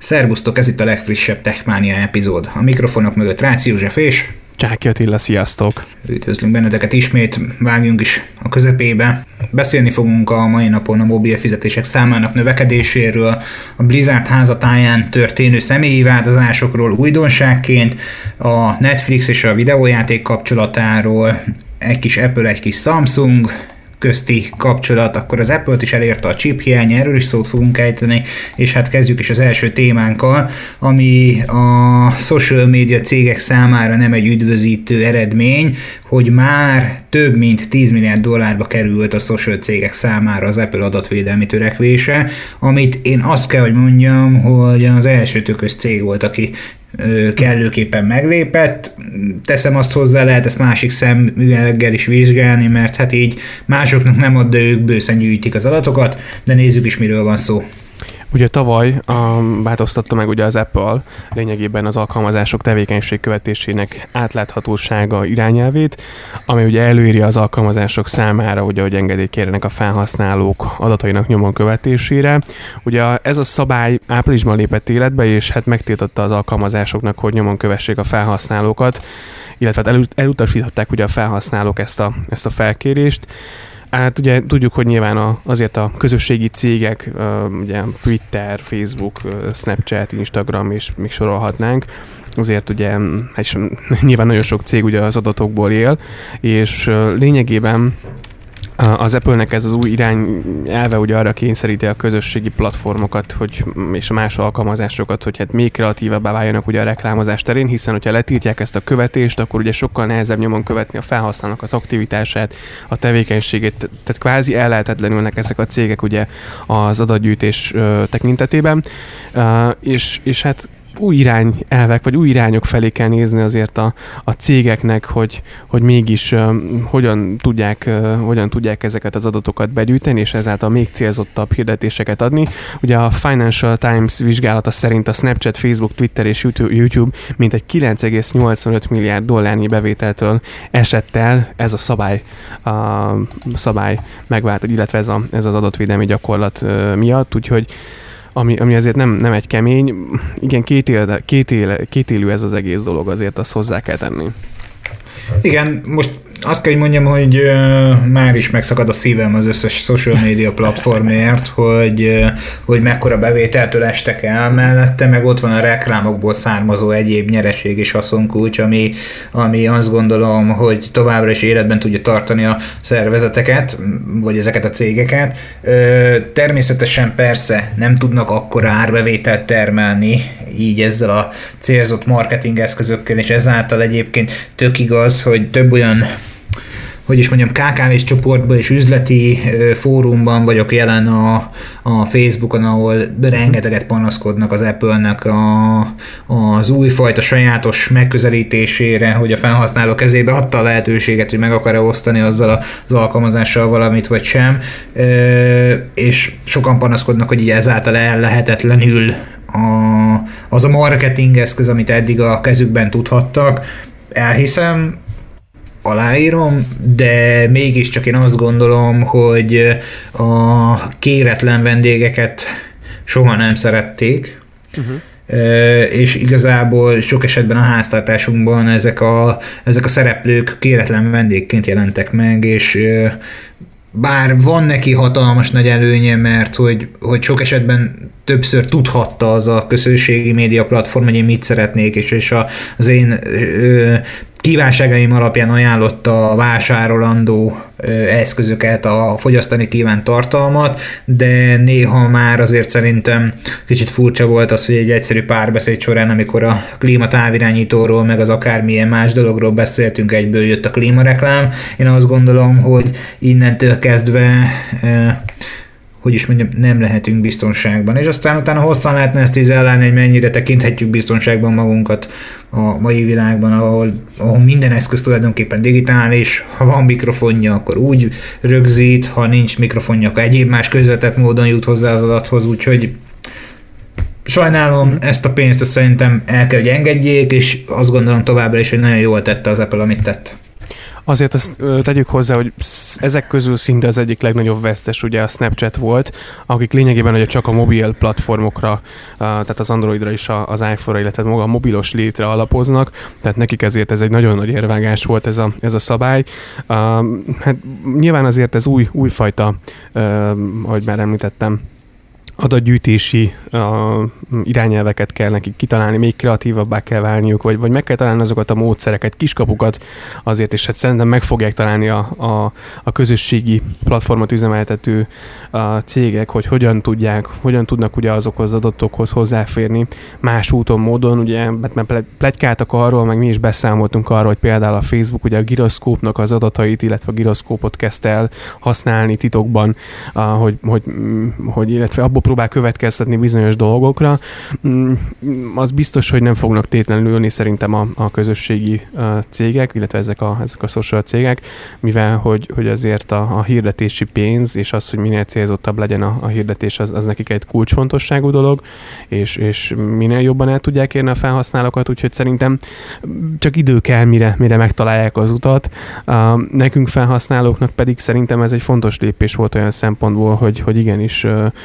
Szervusztok, ez itt a legfrissebb Techmania epizód. A mikrofonok mögött Rácz József és Csáky Attila, sziasztok! Üdvözlünk benneteket ismét, vágjunk is a közepébe. Beszélni fogunk a mai napon a mobil fizetések számának növekedéséről, a Blizzard házatáján történő személyi változásokról újdonságként, a Netflix és a videójáték kapcsolatáról, egy kis Apple, egy kis Samsung közti kapcsolat, akkor az Apple-t is elérte a chip hiány, erről is szót fogunk ejteni, és hát kezdjük is az első témánkkal, ami a social media cégek számára nem egy üdvözítő eredmény, hogy már több mint 10 milliárd dollárba került a social cégek számára az Apple adatvédelmi törekvése, amit én azt kell, hogy mondjam, hogy az első tökös cég volt, aki kellőképpen meglépett. Teszem azt hozzá, lehet ezt másik szemüveggel is vizsgálni, mert hát így másoknak nem ad, de ők bőszen gyűjtik az adatokat, de nézzük is, miről van szó. Ugye tavaly változtatta meg ugye az Apple lényegében az alkalmazások tevékenység követésének átláthatósága irányelvét, ami ugye előírja az alkalmazások számára, ugye, hogy engedélyt kérjenek a felhasználók adatainak nyomon követésére. Ugye ez a szabály áprilisban lépett életbe, és hát megtiltotta az alkalmazásoknak, hogy nyomon kövessék a felhasználókat, illetve elutasították ugye a felhasználók ezt a felkérést. Hát ugye tudjuk, hogy nyilván azért a közösségi cégek, ugye Twitter, Facebook, Snapchat, Instagram és még sorolhatnánk, azért ugye nyilván nagyon sok cég ugye az adatokból él, és lényegében az Apple-nek ez az új irányelve ugye arra kényszeríti a közösségi platformokat, és a más alkalmazásokat, hogy hát még kreatívabbá váljanak ugye a reklámozás terén, hiszen hogyha letiltják ezt a követést, akkor ugye sokkal nehezebb nyomon követni a felhasználónak az aktivitását, a tevékenységét, tehát kvázi ellehetetlenülnek ezek a cégek ugye az adatgyűjtés tekintetében, és hát új irányelvek, vagy új irányok felé kell nézni azért a cégeknek, hogy mégis hogyan tudják ezeket az adatokat begyűjteni, és ezáltal még célzottabb hirdetéseket adni. Ugye a Financial Times vizsgálata szerint a Snapchat, Facebook, Twitter és YouTube mintegy 9,85 milliárd dollárnyi bevételtől esett el ez a szabály megvált, illetve ez az adatvédelmi gyakorlat miatt, úgyhogy ami azért nem egy kemény, igen, kétélű ez az egész dolog, azért azt hozzá kell tenni. Igen, most azt kell, hogy mondjam, hogy már is megszakad a szívem az összes social media platformért, hogy mekkora bevételtől estek el mellette, meg ott van a reklámokból származó egyéb nyereség és haszonkulcs, ami azt gondolom, hogy továbbra is életben tudja tartani a szervezeteket, vagy ezeket a cégeket. Természetesen persze nem tudnak akkora árbevételt termelni, így ezzel a célzott marketing eszközökkel, és ezáltal egyébként tök igaz, hogy több olyan KKV-s csoportban és üzleti fórumban vagyok jelen a Facebookon, ahol rengeteget panaszkodnak az Apple-nek az újfajta sajátos megközelítésére, hogy a felhasználó kezébe adta a lehetőséget, hogy meg akar-e osztani azzal az alkalmazással valamit, vagy sem, és sokan panaszkodnak, hogy így ezáltal ellehetetlenül az a marketing eszköz, amit eddig a kezükben tudhattak. Elhiszem, aláírom, de mégiscsak én azt gondolom, hogy a kéretlen vendégeket soha nem szerették, és igazából sok esetben a háztartásunkban ezek a szereplők kéretlen vendégként jelentek meg, és bár van neki hatalmas nagy előnye, mert hogy sok esetben többször tudhatta az a közösségi média platform, hogy én mit szeretnék, és az én kívánságaim alapján ajánlotta a vásárolandó eszközöket, a fogyasztani kívánt tartalmat, de néha már azért szerintem kicsit furcsa volt az, hogy egy egyszerű párbeszéd során, amikor a klímatávirányítóról, meg az akármilyen más dologról beszéltünk, egyből jött a klímareklám. Én azt gondolom, hogy innentől kezdve nem lehetünk biztonságban. És aztán utána hosszan lehetne ezt izellálni, hogy mennyire tekinthetjük biztonságban magunkat a mai világban, ahol minden eszköz tulajdonképpen digitális, ha van mikrofonja, akkor úgy rögzít, ha nincs mikrofonja, akkor egyéb más közvetett módon jut hozzá az adathoz, úgyhogy sajnálom, ezt a pénzt szerintem el kell, hogy engedjék, és azt gondolom továbbra is, hogy nagyon jól tette az Apple, amit tett. Azért azt tegyük hozzá, hogy ezek közül szinte az egyik legnagyobb vesztes ugye a Snapchat volt, akik lényegében ugye csak a mobil platformokra, tehát az Androidra és az iPhone-ra, illetve maga a mobilos létre alapoznak, tehát nekik ezért ez egy nagyon nagy érvágás volt ez a szabály. Hát nyilván azért ez újfajta, ahogy már említettem, adatgyűjtési irányelveket kell nekik kitalálni, még kreatívabbá kell válniuk, vagy meg kell találni azokat a módszereket, kiskapukat azért, és hát szerintem meg fogják találni a közösségi platformot üzemeltető cégek, hogy hogyan tudnak ugye azokhoz az adatokhoz hozzáférni más úton, módon, ugye, mert pletykáltak arról, meg mi is beszámoltunk arról, hogy például a Facebook ugye a giroszkópnak az adatait, illetve a giroszkópot kezdte el használni titokban, hogy illetve abból próbál következtetni bizonyos dolgokra. Az biztos, hogy nem fognak tétlenül ülni szerintem a közösségi cégek, illetve ezek a social cégek, mivel hogy azért a hirdetési pénz, és az, hogy minél célzottabb legyen a hirdetés, az nekik egy kulcsfontosságú dolog, és minél jobban el tudják érni a felhasználókat, úgyhogy szerintem csak idő kell, mire megtalálják az utat. Nekünk felhasználóknak pedig szerintem ez egy fontos lépés volt olyan szempontból, hogy igenis,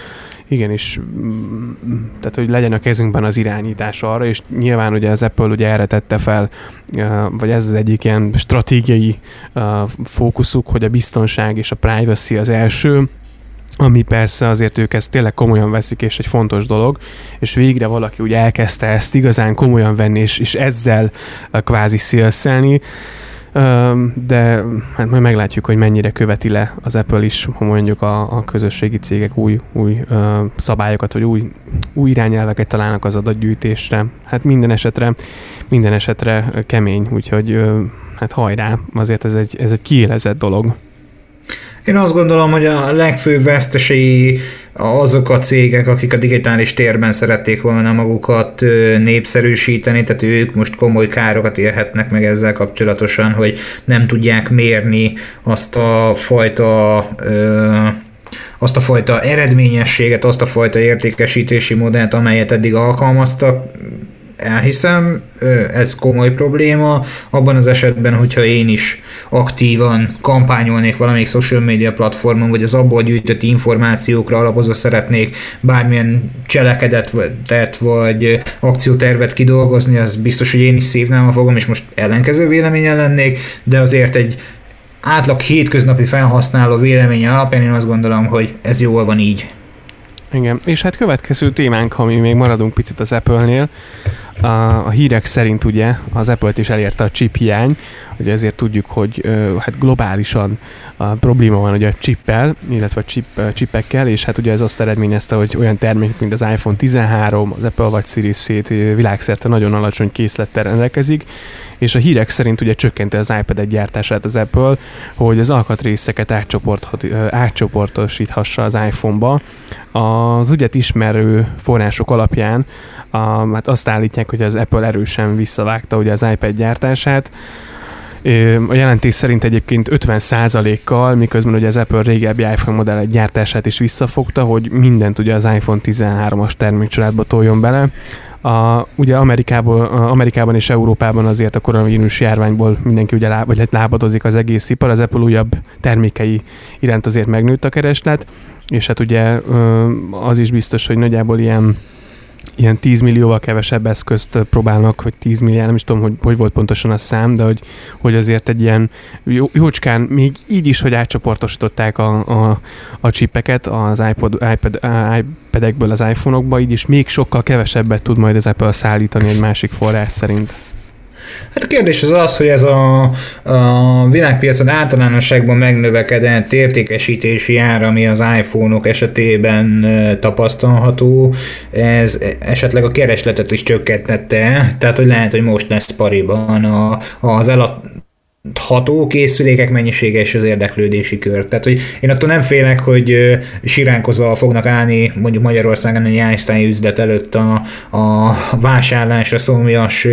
tehát hogy legyen a kezünkben az irányítás arra, és nyilván ugye az Apple ugye erre tette fel, vagy ez az egyik ilyen stratégiai fókuszuk, hogy a biztonság és a privacy az első, ami persze azért ők ezt tényleg komolyan veszik, és egy fontos dolog, és végre valaki úgy elkezdte ezt igazán komolyan venni, és ezzel kvázi szélszelni, de hát majd meglátjuk, hogy mennyire követi le az Apple is, ha mondjuk a közösségi cégek új szabályokat, vagy új irányelveket találnak az adatgyűjtésre. Hát minden esetre kemény, úgyhogy hát hajrá, azért ez egy kiélezett dolog. Én azt gondolom, hogy a legfőbb vesztesei azok a cégek, akik a digitális térben szerették volna magukat népszerűsíteni, tehát ők most komoly károkat élhetnek meg ezzel kapcsolatosan, hogy nem tudják mérni azt a fajta eredményességet, azt a fajta értékesítési modellt, amelyet eddig alkalmaztak. Elhiszem, ez komoly probléma. Abban az esetben, hogyha én is aktívan kampányolnék valamelyik social media platformon, vagy az abból gyűjtött információkra alapozva szeretnék bármilyen cselekedetet vagy akciótervet kidolgozni, az biztos, hogy én is szívnám a fogom, és most ellenkező véleményen lennék, de azért egy átlag hétköznapi felhasználó véleménye alapján én azt gondolom, hogy ez jól van így. Igen, és hát következő témánk, ha mi még maradunk picit az Apple-nél, a hírek szerint ugye az Apple-t is elérte a chip hiány, ugye ezért tudjuk, hogy hát globálisan probléma van ugye a chippel, illetve a chipekkel, és hát ugye ez azt eredményezte, hogy olyan termékek, mint az iPhone 13, az Apple Watch Series 7 világszerte nagyon alacsony készlettel rendelkezik, és a hírek szerint ugye csökkenti az iPad gyártását az Apple, hogy az alkatrészeket átcsoportosíthassa az iPhone-ba. Az ügyet ismerő források alapján hát azt állítják, hogy az Apple erősen visszavágta ugye az iPad gyártását. A jelentés szerint egyébként 50%-kal, miközben ugye az Apple régebbi iPhone modell gyártását is visszafogta, hogy mindent ugye az iPhone 13-as termékcsaládba toljon bele. Ugye Amerikában és Európában azért a koronavírus járványból mindenki ugye lábadozik az egész ipar, az Apple újabb termékei iránt azért megnőtt a kereslet, és hát ugye az is biztos, hogy nagyjából ilyen 10 millióval kevesebb eszközt próbálnak, vagy 10 milliárd, nem is tudom, hogy volt pontosan a szám, de hogy azért egy ilyen jócskán, még így is, hogy átcsoportosították a chipeket az iPad-ekből az iPhone-okba, így is még sokkal kevesebbet tud majd az Apple szállítani egy másik forrás szerint. Hát a kérdés az, hogy ez a világpiacon általánosságban megnövekedett értékesítési ár, ami az iPhone-ok esetében tapasztalható, ez esetleg a keresletet is csökkentette, tehát hogy lehet, hogy most lesz pariban az eladható készülékek mennyisége és az érdeklődési kör. Tehát, hogy én attól nem félek, hogy siránkozva fognak állni mondjuk Magyarországon egy Einstein üzlet előtt a vásárlásra szomjas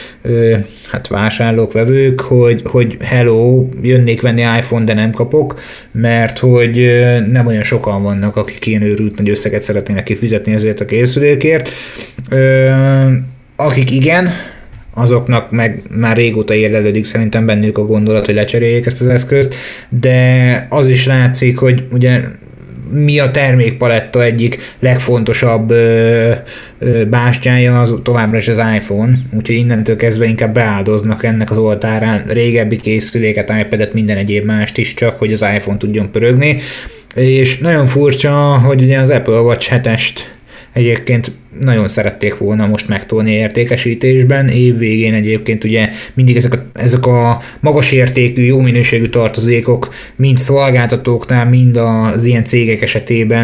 vásárlók, vevők, hogy hello, jönnék venni iPhone, de nem kapok, mert hogy nem olyan sokan vannak, akik ilyen őrült nagy összeget szeretnének kifizetni ezért a készülékért. Akik igen, azoknak meg már régóta érlelődik szerintem bennük a gondolat, hogy lecseréljék ezt az eszközt, de az is látszik, hogy ugye mi a termékpaletta egyik legfontosabb bástyája, az továbbra is az iPhone, úgyhogy innentől kezdve inkább beáldoznak ennek az oltárán régebbi készüléket, iPad-et, minden egyéb mást is, csak hogy az iPhone tudjon pörögni, és nagyon furcsa, hogy ugye az Apple Watch 7-est egyébként nagyon szerették volna most megtolni értékesítésben. Évvégén egyébként ugye mindig ezek a magas értékű, jó minőségű tartozékok mind szolgáltatóknál, mind az ilyen cégek esetében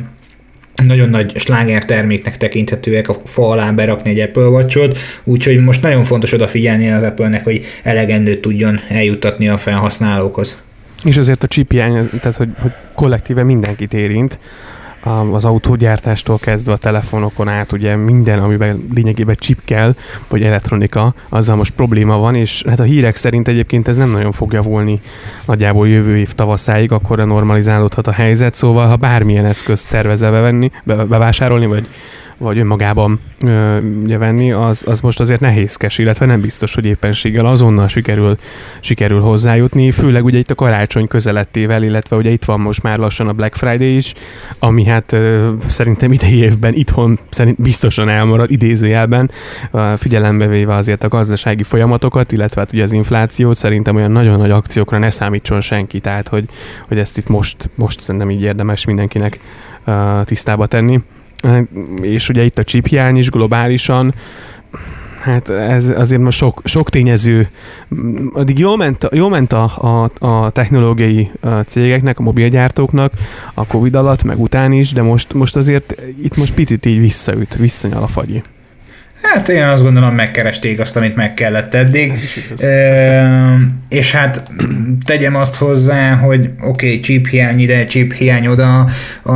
nagyon nagy slágerterméknek tekinthetőek, a fa alá berakni egy Apple Watch-ot, úgyhogy most nagyon fontos odafigyelni az Apple-nek, hogy elegendőt tudjon eljuttatni a felhasználókhoz. És azért a chip hiány, tehát hogy kollektíve mindenkit érint, az autógyártástól kezdve a telefonokon át, ugye minden, amiben lényegében chip kell, vagy elektronika, azzal most probléma van, és hát a hírek szerint egyébként ez nem nagyon fog javulni nagyjából jövő év tavaszáig, akkorra normalizálódhat a helyzet, szóval ha bármilyen eszközt tervezel bevásárolni, vagy önmagában ugye venni, az most azért nehézkes, illetve nem biztos, hogy éppenséggel azonnal sikerül hozzájutni, főleg ugye itt a karácsony közelettével, illetve ugye itt van most már lassan a Black Friday is, ami hát szerintem idei évben itthon biztosan elmarad, idézőjelben, figyelembe véve azért a gazdasági folyamatokat, illetve hát ugye az inflációt, szerintem olyan nagyon nagy akciókra ne számítson senki, tehát hogy ezt itt most szerintem így érdemes mindenkinek tisztába tenni. És ugye itt a chip hiány is globálisan, hát ez azért most sok tényező, addig jól ment a technológiai cégeknek, a mobilgyártóknak a Covid alatt, meg után is, de most azért itt most picit így visszanyal a fagyi. Hát én azt gondolom, megkeresték azt, amit meg kellett eddig. És hát tegyem azt hozzá, hogy oké, chip hiány ide, chip hiány oda,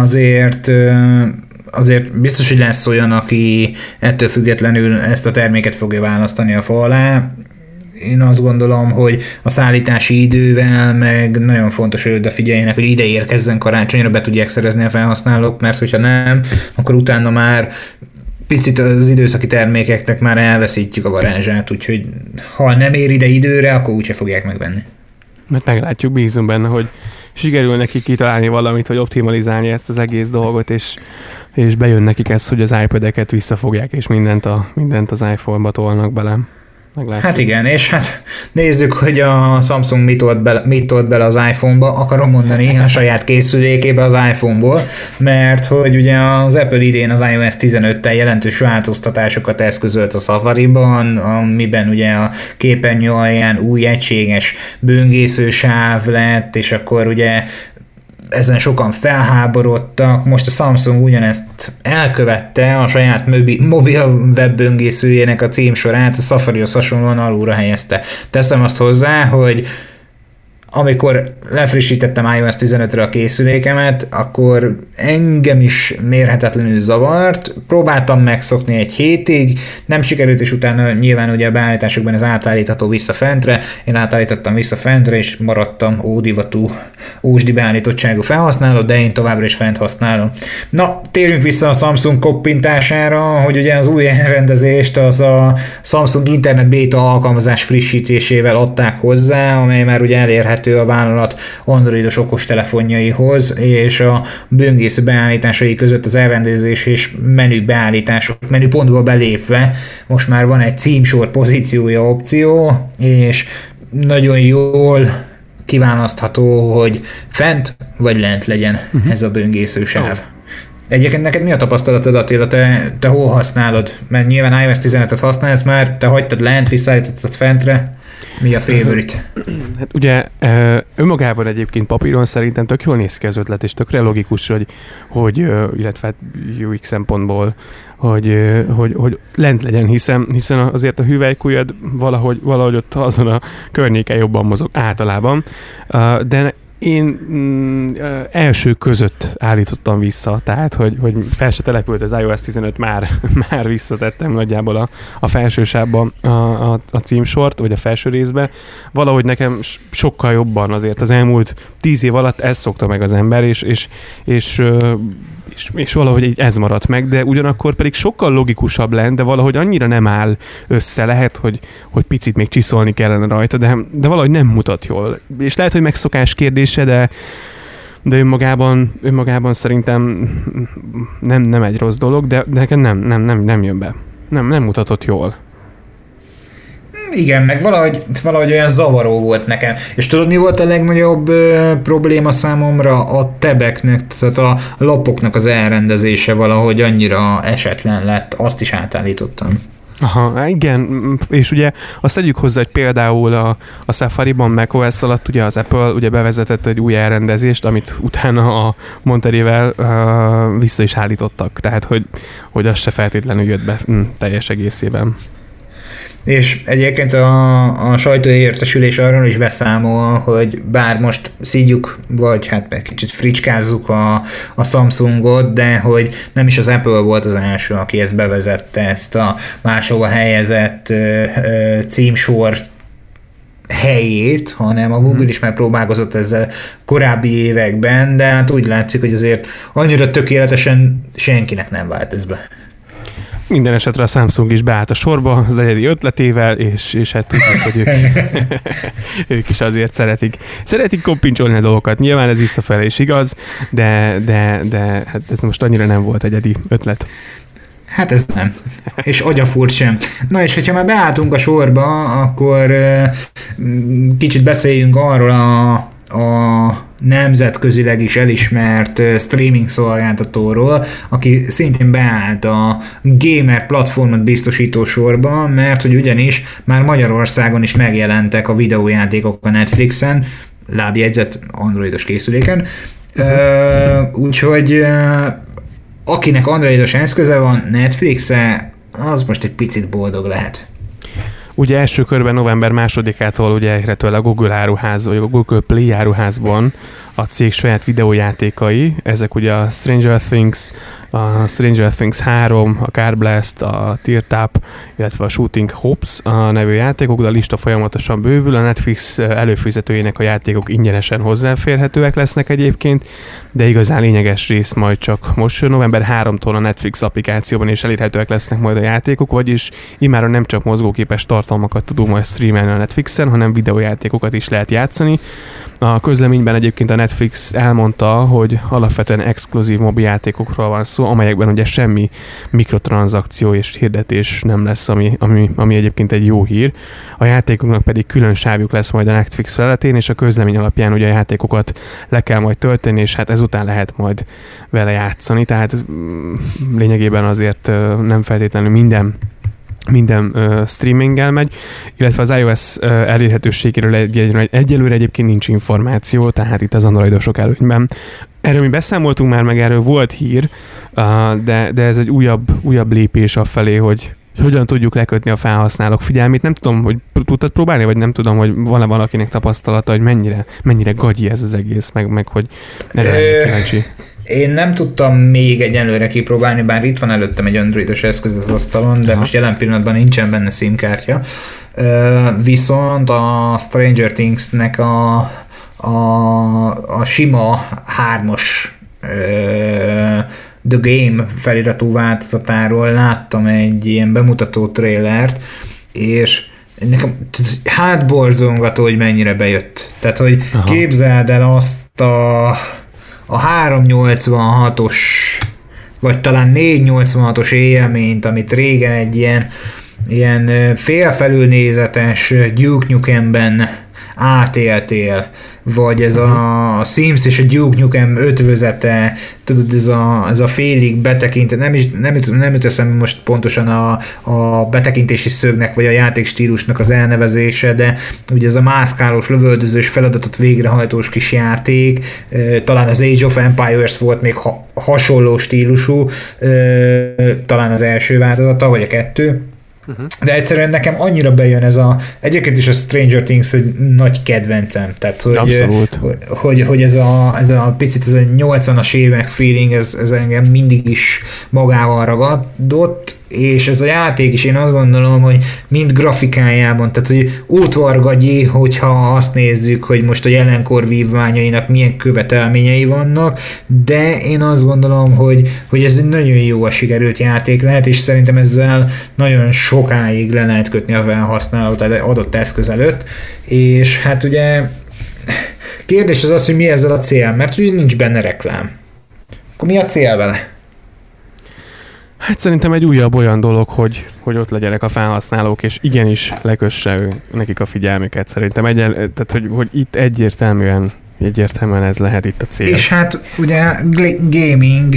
azért biztos, hogy lesz olyan, aki ettől függetlenül ezt a terméket fogja választani a fa alá. Én azt gondolom, hogy a szállítási idővel meg nagyon fontos, hogy odafigyeljenek, hogy ide érkezzen karácsonyra, be tudják szerezni a felhasználók, mert hogyha nem, akkor utána már picit az időszaki termékeknek már elveszítjük a varázsát, úgyhogy ha nem ér ide időre, akkor úgyse fogják megvenni. Mert meglátjuk, bízunk benne, hogy sikerül nekik kitalálni valamit, hogy optimalizálni ezt az egész dolgot, és bejön nekik ez, hogy az iPad-eket visszafogják, és mindent az iPhone-ba tolnak bele. Meglátjuk. Hát igen, és hát nézzük, hogy a Samsung mit tolt bele az iPhone-ba, akarom mondani a saját készülékébe az iPhone-ból, mert hogy ugye az Apple idén az iOS 15-tel jelentős változtatásokat eszközölt a Safari-ban, amiben ugye a képernyő alján új egységes böngészősáv lett, és akkor ugye ezen sokan felháborodtak, most a Samsung ugyanezt elkövette, a saját mobil webböngészőjének a címsorát a Safarihoz hasonlóan alulra helyezte. Teszem azt hozzá, hogy amikor lefrissítettem iOS 15-re a készülékemet, akkor engem is mérhetetlenül zavart, próbáltam megszokni egy hétig, nem sikerült, és utána nyilván ugye a beállításokban ez átállítható vissza fentre, én átállítottam vissza fentre, és maradtam ódivatú, ósdi beállítottságú felhasználó, de én továbbra is fent használom. Na, térjünk vissza a Samsung koppintására, hogy ugye az új elrendezést az a Samsung Internet Beta alkalmazás frissítésével adták hozzá, amely már ugye elérhető a vállalat androidos okostelefonjaihoz, és a böngésző beállításai között az elrendezés és menü beállítások, menüpontba belépve most már van egy címsor pozíciója opció, és nagyon jól kiválasztható, hogy fent vagy lent legyen ez a böngészősáv. Egyébként neked mi a tapasztalatod, Attila? Te hol használod? Mert nyilván iOS 15-et használsz már, te hagytad lent, visszaállítottad fentre. Mi a favorite? Hát ugye önmagában egyébként papíron szerintem tök jól néz ki az ötlet, és tökre logikus, hogy illetve hát UX szempontból, hogy lent legyen, hiszen azért a hüvelykujjad valahogy ott azon a környéken jobban mozog általában, de én első között állítottam vissza, tehát hogy fel se települt az iOS 15, már visszatettem nagyjából a felső sávban a címsort, vagy a felső részbe. Valahogy nekem sokkal jobban azért az elmúlt 10 év alatt ezt szokta meg az ember, és és valahogy így ez maradt meg, de ugyanakkor pedig sokkal logikusabb lenne, de valahogy annyira nem áll össze, lehet, hogy picit még csiszolni kellene rajta, de valahogy nem mutat jól. És lehet, hogy megszokás kérdése, de önmagában szerintem nem egy rossz dolog, de nekem nem jön be. Nem mutatott jól. Igen, meg valahogy olyan zavaró volt nekem. És tudod, mi volt a legnagyobb probléma számomra? A tabeknek, tehát a lapoknak az elrendezése valahogy annyira esetlen lett, azt is átállítottam. Aha, igen, és ugye azt tegyük hozzá, hogy például a Safari-ban macOS alatt ugye az Apple ugye bevezetett egy új elrendezést, amit utána a Monterey-vel vissza is állítottak, tehát hogy az se feltétlenül jött be teljes egészében. És egyébként a sajtóértesülés arról is beszámol, hogy bár most szígyük, vagy hát egy kicsit fricskázzuk a Samsungot, de hogy nem is az Apple volt az első, aki ezt bevezette, ezt a máshova helyezett címsor helyét, hanem a Google is már próbálkozott ezzel korábbi években, de hát úgy látszik, hogy azért annyira tökéletesen senkinek nem vált ez be. Minden esetre a Samsung is beállt a sorba az egyedi ötletével, és hát tudjuk, hogy ők is azért szeretik koppincsolni a dolgokat. Nyilván ez visszafelé is igaz, de hát ez most annyira nem volt egyedi ötlet. Hát ez nem. És agyafúrt sem. Na és hogyha már beálltunk a sorba, akkor kicsit beszéljünk arról a nemzetközileg is elismert streaming szolgáltatóról, aki szintén beállt a gamer platformot biztosító sorba, mert hogy ugyanis már Magyarországon is megjelentek a videójátékok a Netflixen, lábjegyzet androidos készüléken, úgyhogy akinek androidos eszköze van, Netflixe, az most egy picit boldog lehet. Ugye első körben november 2-ától ugye elérhetően a Google áruház, vagy a Google Play áruházban a cég saját videójátékai, ezek ugye a Stranger Things 3, a Car Blast, a Tear Tap, illetve a Shooting Hopes a nevű játékok, de a lista folyamatosan bővül, a Netflix előfizetőjének a játékok ingyenesen hozzáférhetőek lesznek egyébként, de igazán lényeges rész majd csak most november 3-tól a Netflix applikációban is elérhetőek lesznek majd a játékok, vagyis immáron nem csak mozgóképes tartalmakat tudunk majd streamelni a Netflixen, hanem videójátékokat is lehet játszani. A közleményben egyébként a Netflix elmondta, hogy alapvetően exkluzív mobiljátékokról van szó, amelyekben ugye semmi mikrotranszakció és hirdetés nem lesz, ami egyébként egy jó hír. A játékoknak pedig külön sávjuk lesz majd a Netflix felületén, és a közlemény alapján ugye a játékokat le kell majd tölteni, és hát ezután lehet majd vele játszani, tehát lényegében azért nem feltétlenül minden streaminggel megy, illetve az iOS elérhetőségéről egyelőre egyébként nincs információ, tehát itt az androidosok előnyben. Erről mi beszámoltunk már, meg erről volt hír, de ez egy újabb lépés afelé, hogy hogyan tudjuk lekötni a felhasználók figyelmét. Nem tudom, hogy tudtad próbálni, vagy nem tudom, hogy van-e valakinek tapasztalata, hogy mennyire gagyi ez az egész, meg hogy erre kíváncsi. Én nem tudtam még egyelőre kipróbálni, bár itt van előttem egy androidos eszköz az asztalon, de most jelen pillanatban nincsen benne SIM-kártya. Viszont a Stranger Things-nek a sima 3-as The Game feliratú változatáról láttam egy ilyen bemutató trélert, és nekem hátborzongató, hogy mennyire bejött. Tehát, hogy képzeld el azt a 386-os, vagy talán 486-os élményt, amit régen egy ilyen félfelülnézetes Duke Nukemben átéltél, vagy ez a Sims és a Duke Nukem ötvözete, tudod, ez a félig betekintett, nem jut eszembe most pontosan a betekintési szögnek, vagy a játékstílusnak az elnevezése, de ugye ez a mászkálós, lövöldözős, feladatot végrehajtós kis játék, talán az Age of Empires volt még hasonló stílusú, talán az első változata, vagy a 2. De egyszerűen nekem annyira bejön egyébként is a Stranger Things egy nagy kedvencem, tehát hogy ez a picit ez a 80-as évek feeling, ez engem mindig is magával ragadott, és ez a játék is én azt gondolom, hogy mind grafikájában, tehát hogy útvargagyi, hogyha azt nézzük, hogy most a jelenkor vívmányainak milyen követelményei vannak, de én azt gondolom, hogy ez egy nagyon jó sikerült játék lehet, és szerintem ezzel nagyon sokáig le lehet kötni a felhasználót adott eszköz előtt, és hát ugye kérdés az, hogy mi ezzel a cél, mert ugye nincs benne reklám. Akkor mi a cél vele? Hát szerintem egy újabb olyan dolog, hogy ott legyenek a felhasználók, és igenis lekösse nekik a figyelmüket. Szerintem tehát, hogy itt egyértelműen ez lehet itt a cél. És hát ugye gaming,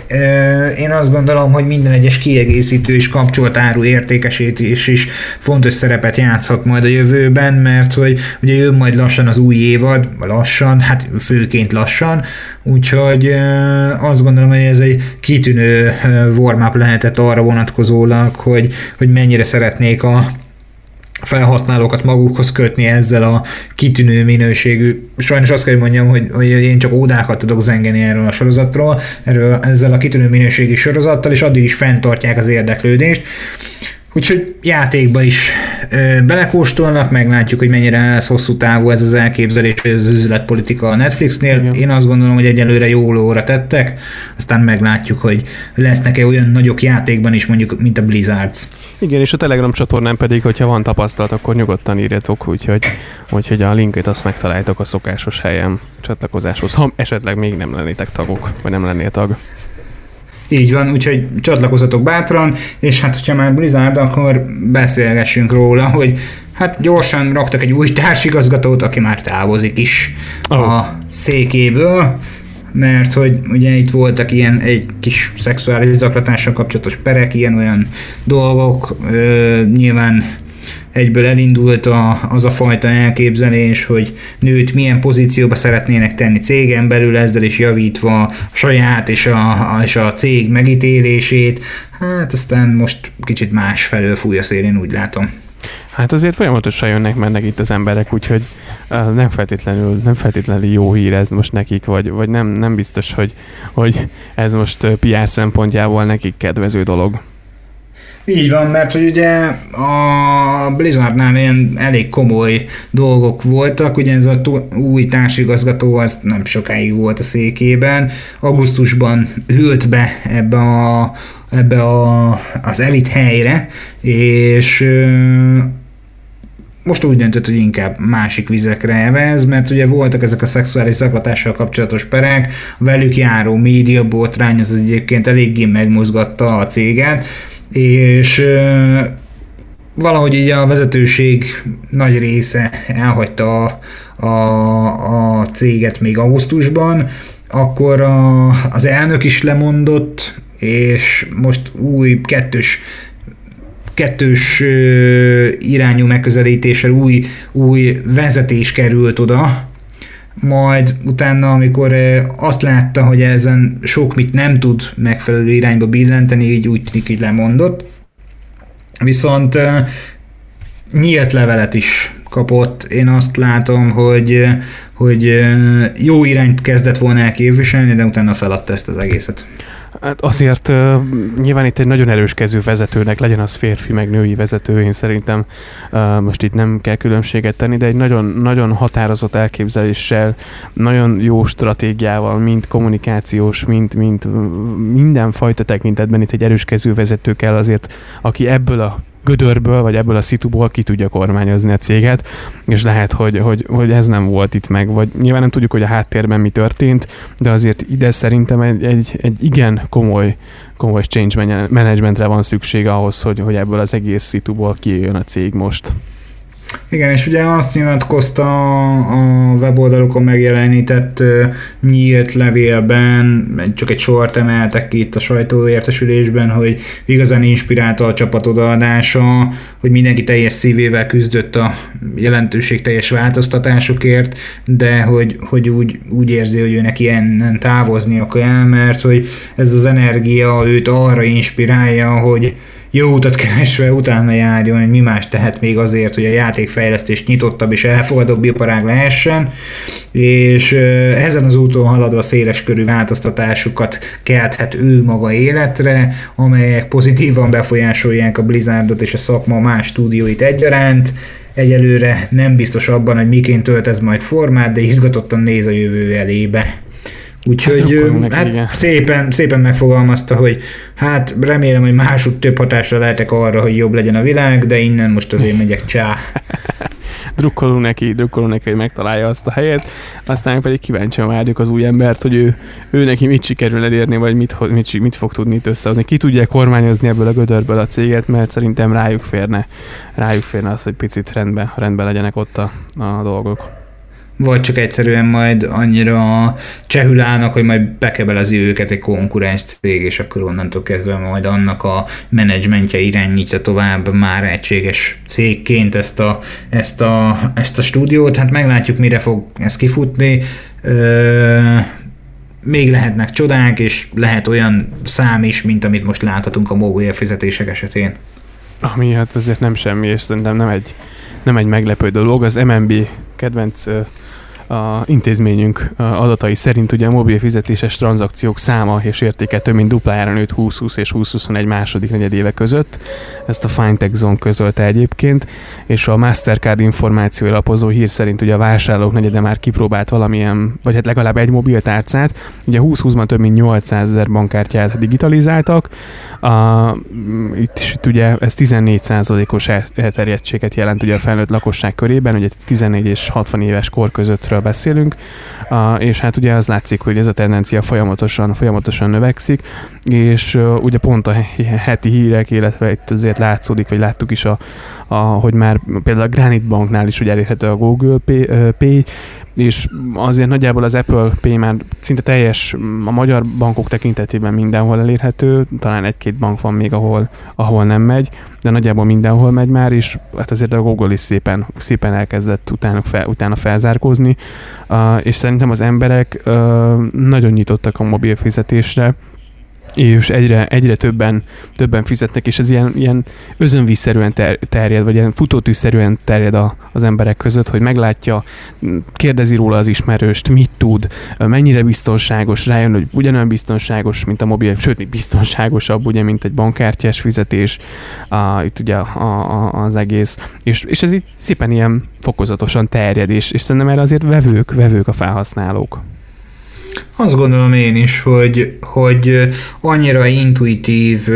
én azt gondolom, hogy minden egyes kiegészítő és kapcsolt áru értékesítés is fontos szerepet játszhat majd a jövőben, mert hogy ugye jön majd lassan az új évad, hát főként lassan, úgyhogy azt gondolom, hogy ez egy kitűnő warm-up lehetett arra vonatkozólag, hogy mennyire szeretnék a felhasználókat magukhoz kötni ezzel a kitűnő minőségű. Sajnos azt kell, hogy mondjam, hogy én csak ódákat tudok zengeni erről a sorozatról, ezzel a kitűnő minőségű sorozattal, és addig is fenntartják az érdeklődést. Úgyhogy játékba is belekóstolnak, meglátjuk, hogy mennyire lesz hosszú távú ez az elképzelés, ez az üzletpolitika a Netflixnél. Igen. Én azt gondolom, hogy egyelőre jó lóra tettek, aztán meglátjuk, hogy lesznek-e olyan nagyok játékban is, mondjuk, mint a Blizzards. Igen, és a Telegram csatornán pedig, hogyha van tapasztalat, akkor nyugodtan írjatok, úgyhogy a linket azt megtaláljátok a szokásos helyen csatlakozáshoz, ha esetleg még nem lennétek tagok, vagy nem lennél tag. Így van, úgyhogy csatlakozzatok bátran, és hát hogyha már Blizzard, akkor beszélgessünk róla, hogy hát gyorsan raktak egy új társigazgatót, aki már távozik is a székéből, mert hogy ugye itt voltak ilyen egy kis szexuális zaklatással kapcsolatos perek, ilyen-olyan dolgok, nyilván egyből elindult az a fajta elképzelés, hogy nőt milyen pozícióba szeretnének tenni cégen belül, ezzel is javítva a saját és a cég megítélését. Hát aztán most kicsit más felől fúj a szél, én úgy látom. Hát azért folyamatosan mennek itt az emberek, úgyhogy nem feltétlenül jó hír ez most nekik, vagy nem biztos, hogy ez most PR szempontjából nekik kedvező dolog. Így van, mert hogy ugye a Blizzardnál ilyen elég komoly dolgok voltak, ugye ez a új társigazgató az nem sokáig volt a székében, augusztusban ült be ebbe az elit helyre, és most úgy döntött, hogy inkább másik vizekre evez, mert ugye voltak ezek a szexuális zaklatással kapcsolatos perek, a velük járó médiabotrány az egyébként eléggé megmozgatta a céget, és valahogy így a vezetőség nagy része elhagyta a céget még augusztusban, akkor az elnök is lemondott, és most új kettős irányú megközelítéssel új vezetés került oda, majd utána, amikor azt látta, hogy ezen sok mit nem tud megfelelő irányba billenteni, így úgy tűnik, hogy lemondott. Viszont nyílt levelet is kapott. Én azt látom, hogy jó irányt kezdett volna el képviselni, de utána feladta ezt az egészet. Hát azért nyilván itt egy nagyon erős kezű vezetőnek, legyen az férfi meg női vezető, én szerintem most itt nem kell különbséget tenni, de egy nagyon, nagyon határozott elképzeléssel, nagyon jó stratégiával, mind kommunikációs, mind mindenfajta tekintetben itt egy erős kezű vezető kell azért, aki ebből a gödörből, vagy ebből a szituból ki tudja kormányozni a céget, és lehet, hogy ez nem volt itt meg, vagy nyilván nem tudjuk, hogy a háttérben mi történt, de azért ide szerintem egy igen komoly change managementre van szükség ahhoz, hogy ebből az egész szituból kijöjjön a cég most. Igen, és ugye azt nyilatkozta a weboldalukon megjelenített nyílt levélben, csak egy sort emeltek ki itt a sajtóértesülésben, hogy igazán inspirálta a csapat odaadása, hogy mindenki teljes szívével küzdött a jelentőségteljes változtatásokért, de hogy úgy érzi, hogy ő neki innen távoznia kell, mert hogy ez az energia őt arra inspirálja, hogy jó utat keresve utána járjon, hogy mi más tehet még azért, hogy a játék termékfejlesztés nyitottabb és elfogadóbb iparág lehessen, és ezen az úton haladva széleskörű változtatásokat kelthet ő maga életre, amelyek pozitívan befolyásolják a Blizzardot és a szakma más stúdióit egyaránt. Egyelőre nem biztos abban, hogy miként tölt ez majd formát, de izgatottan néz a jövő elébe. Úgyhogy szépen megfogalmazta, hogy hát remélem, hogy másút több hatásra lehetek arra, hogy jobb legyen a világ, de innen most azért megyek csá. Drukkolunk neki, hogy megtalálja azt a helyet, aztán pedig kíváncsian várjuk az új embert, hogy ő neki mit sikerül elérni, vagy mit fog tudni itt összehozni. Ki tudja kormányozni ebből a gödörből a céget, mert szerintem rájuk férne az, hogy picit rendben legyenek ott a dolgok. Vagy csak egyszerűen majd annyira csehül állnak, hogy majd bekebelezi őket egy konkurens cég, és akkor onnantól kezdve majd annak a menedzsmentje irányítja tovább már egységes cégként ezt a stúdiót. Hát meglátjuk, mire fog ez kifutni. Még lehetnek csodák, és lehet olyan szám is, mint amit most láthatunk a mobil fizetések esetén. Ami hát azért nem semmi, és szerintem nem egy meglepő dolog. Az MNB kedvenc a intézményünk adatai szerint ugye a mobil fizetéses tranzakciók száma és értéke több mint duplájára nőtt 2020 és 2021 második negyedéve között. Ezt a Fintech Zone közölte egyébként, és a Mastercard információi lapozó hír szerint ugye a vásárlók negyede már kipróbált valamilyen, vagy hát legalább egy mobiltárcát. Ugye 2020-ban több mint 800 000 bankkártyát digitalizáltak. Itt ugye ez 14%-os elterjedtséget jelent ugye a felnőtt lakosság körében, ugye 14 és 60 éves kor közöttről beszélünk, és hát ugye az látszik, hogy ez a tendencia folyamatosan növekszik, és ugye pont a heti hírek, illetve itt azért látszódik, vagy láttuk is, hogy már például a Granite Banknál is ugye elérhető a Google Pay, és azért nagyjából az Apple Pay már szinte teljes, a magyar bankok tekintetében mindenhol elérhető, talán egy-két bank van még, ahol nem megy, de nagyjából mindenhol megy már, és hát azért a Google is szépen elkezdett utána felzárkózni, és szerintem az emberek nagyon nyitottak a mobil fizetésre, és egyre többen fizetnek, és ez ilyen özönvízszerűen terjed, vagy ilyen futótűzszerűen terjed az emberek között, hogy meglátja, kérdezi róla az ismerőst, mit tud, mennyire biztonságos, rájön, hogy ugyanolyan biztonságos, mint a mobil, sőt, még biztonságosabb, ugye, mint egy bankkártyás fizetés, itt ugye az egész, és ez így szépen ilyen fokozatosan terjed, és szerintem erre azért vevők a felhasználók. Azt gondolom én is, hogy annyira intuitív,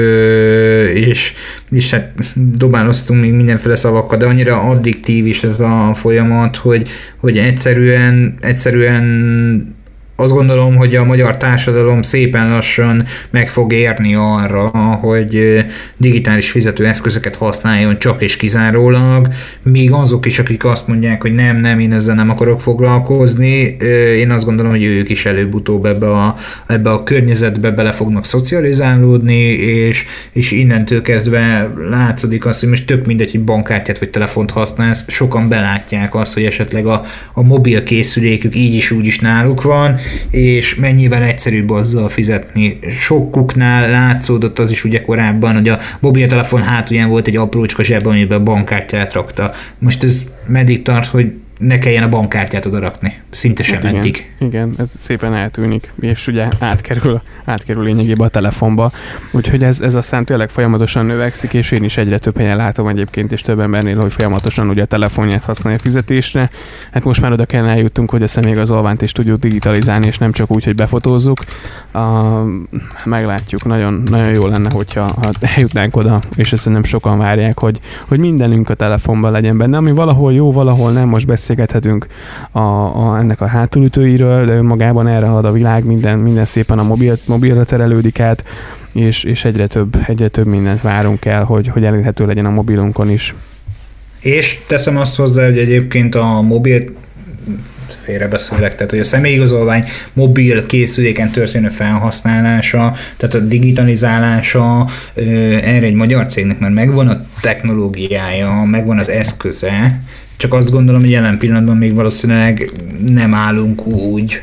és hát dobáloztunk még mindenféle szavakkal, de annyira addiktív is ez a folyamat, hogy egyszerűen azt gondolom, hogy a magyar társadalom szépen lassan meg fog érni arra, hogy digitális fizetőeszközöket használjon csak és kizárólag, míg azok is, akik azt mondják, hogy nem, én ezzel nem akarok foglalkozni, én azt gondolom, hogy ők is előbb-utóbb ebbe a környezetbe bele fognak szocializálódni, és innentől kezdve látszódik az, hogy most tök mindegy, hogy bankkártyát vagy telefont használsz, sokan belátják azt, hogy esetleg a mobil készülékük így is úgy is náluk van, és mennyivel egyszerűbb azzal fizetni. Sokuknál látszódott az is ugye korábban, hogy a mobiltelefon hátulján volt egy aprócska zseb, amiben a bankkártyát rakta. Most ez meddig tart, hogy ne kelljen a bankkártyát odarakni. Szinte sem eddig. Igen, ez szépen eltűnik, és ugye átkerül lényegében a telefonba. Úgyhogy ez a szám tényleg folyamatosan növekszik, és én is egyre több helyen látom egyébként, és több embernél, hogy folyamatosan ugye a telefonját használja fizetésre. Hát most már oda kellene eljuttunk, hogy a személyigazolványt is tudjuk digitalizálni, és nem csak úgy, hogy befotózzuk. Meglátjuk, nagyon, nagyon jó lenne, hogyha eljutnánk oda, és ezt nem sokan várják, hogy mindenünk a telefonban legyen benne, ami valahol jó, valahol nem. Most beszélgethetünk ennek a hátulütőiről, de önmagában erre halad a világ, minden szépen a mobilra terelődik át, és egyre több mindent várunk el, hogy elérhető legyen a mobilunkon is. És teszem azt hozzá, hogy egyébként a mobil félrebeszélek, tehát hogy a személyigazolvány mobil készüléken történő felhasználása, tehát a digitalizálása, erre egy magyar cégnek már megvan a technológiája, megvan az eszköze, csak azt gondolom, hogy jelen pillanatban még valószínűleg nem állunk úgy,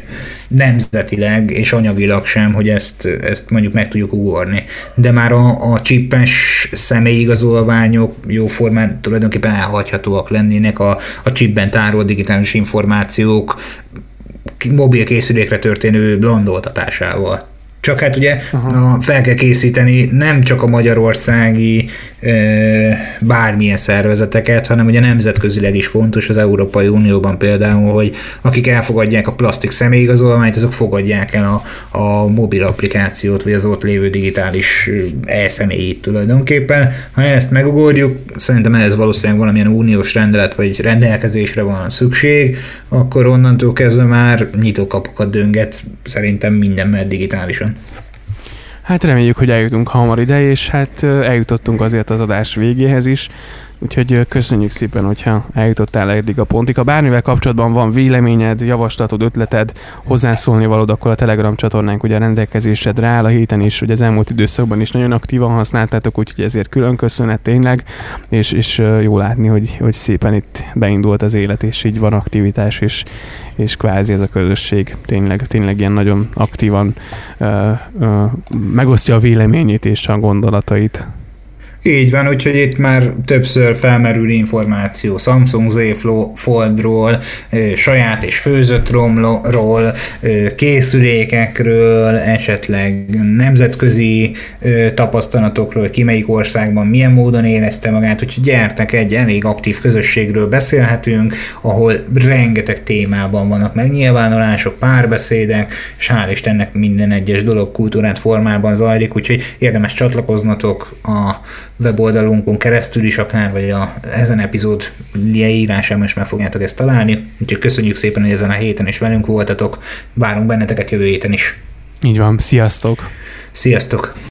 nemzetileg és anyagilag sem, hogy ezt mondjuk meg tudjuk ugorni. De már a csippes személyigazolványok jóformán tulajdonképpen elhagyhatóak lennének a chipben tárolt digitális információk mobil készülékre történő landoltatásával. Csak hát ugye fel kell készíteni nem csak a magyarországi bármilyen szervezeteket, hanem ugye nemzetközileg is fontos az Európai Unióban például, hogy akik elfogadják a plastik személyigazolványt, azok fogadják el a mobil applikációt, vagy az ott lévő digitális e-személyit tulajdonképpen. Ha ezt megugorjuk, szerintem ehhez valószínűleg valamilyen uniós rendelet vagy rendelkezésre van szükség, akkor onnantól kezdve már nyitókapukat dönget szerintem mindenben digitálisan. Hát reméljük, hogy eljutunk hamar ide, és hát eljutottunk azért az adás végéhez is, úgyhogy köszönjük szépen, hogyha eljutottál eddig a pontig. Ha bármivel kapcsolatban van véleményed, javaslatod, ötleted, hozzászólni valód, akkor a Telegram csatornánk ugye a rendelkezésedre áll, a héten is, ugye az elmúlt időszakban is nagyon aktívan használtátok, úgyhogy ezért külön köszönet tényleg, és jó látni, hogy szépen itt beindult az élet, és így van aktivitás, és kvázi ez a közösség tényleg ilyen nagyon aktívan megosztja a véleményét és a gondolatait. Így van, úgyhogy itt már többször felmerül információ Samsung Z Foldról, saját és főzött romról, készülékekről, esetleg nemzetközi tapasztalatokról, ki melyik országban milyen módon érezte magát, úgyhogy gyertek, egy elég aktív közösségről beszélhetünk, ahol rengeteg témában vannak megnyilvánulások, párbeszédek, és hál' Istennek minden egyes dolog kultúrát formában zajlik, úgyhogy érdemes csatlakoznatok a weboldalunkon keresztül is akár, vagy ezen epizód leírásában is meg fogjátok ezt találni. Úgyhogy köszönjük szépen, hogy ezen a héten is velünk voltatok. Várunk benneteket jövő héten is. Így van, sziasztok! Sziasztok!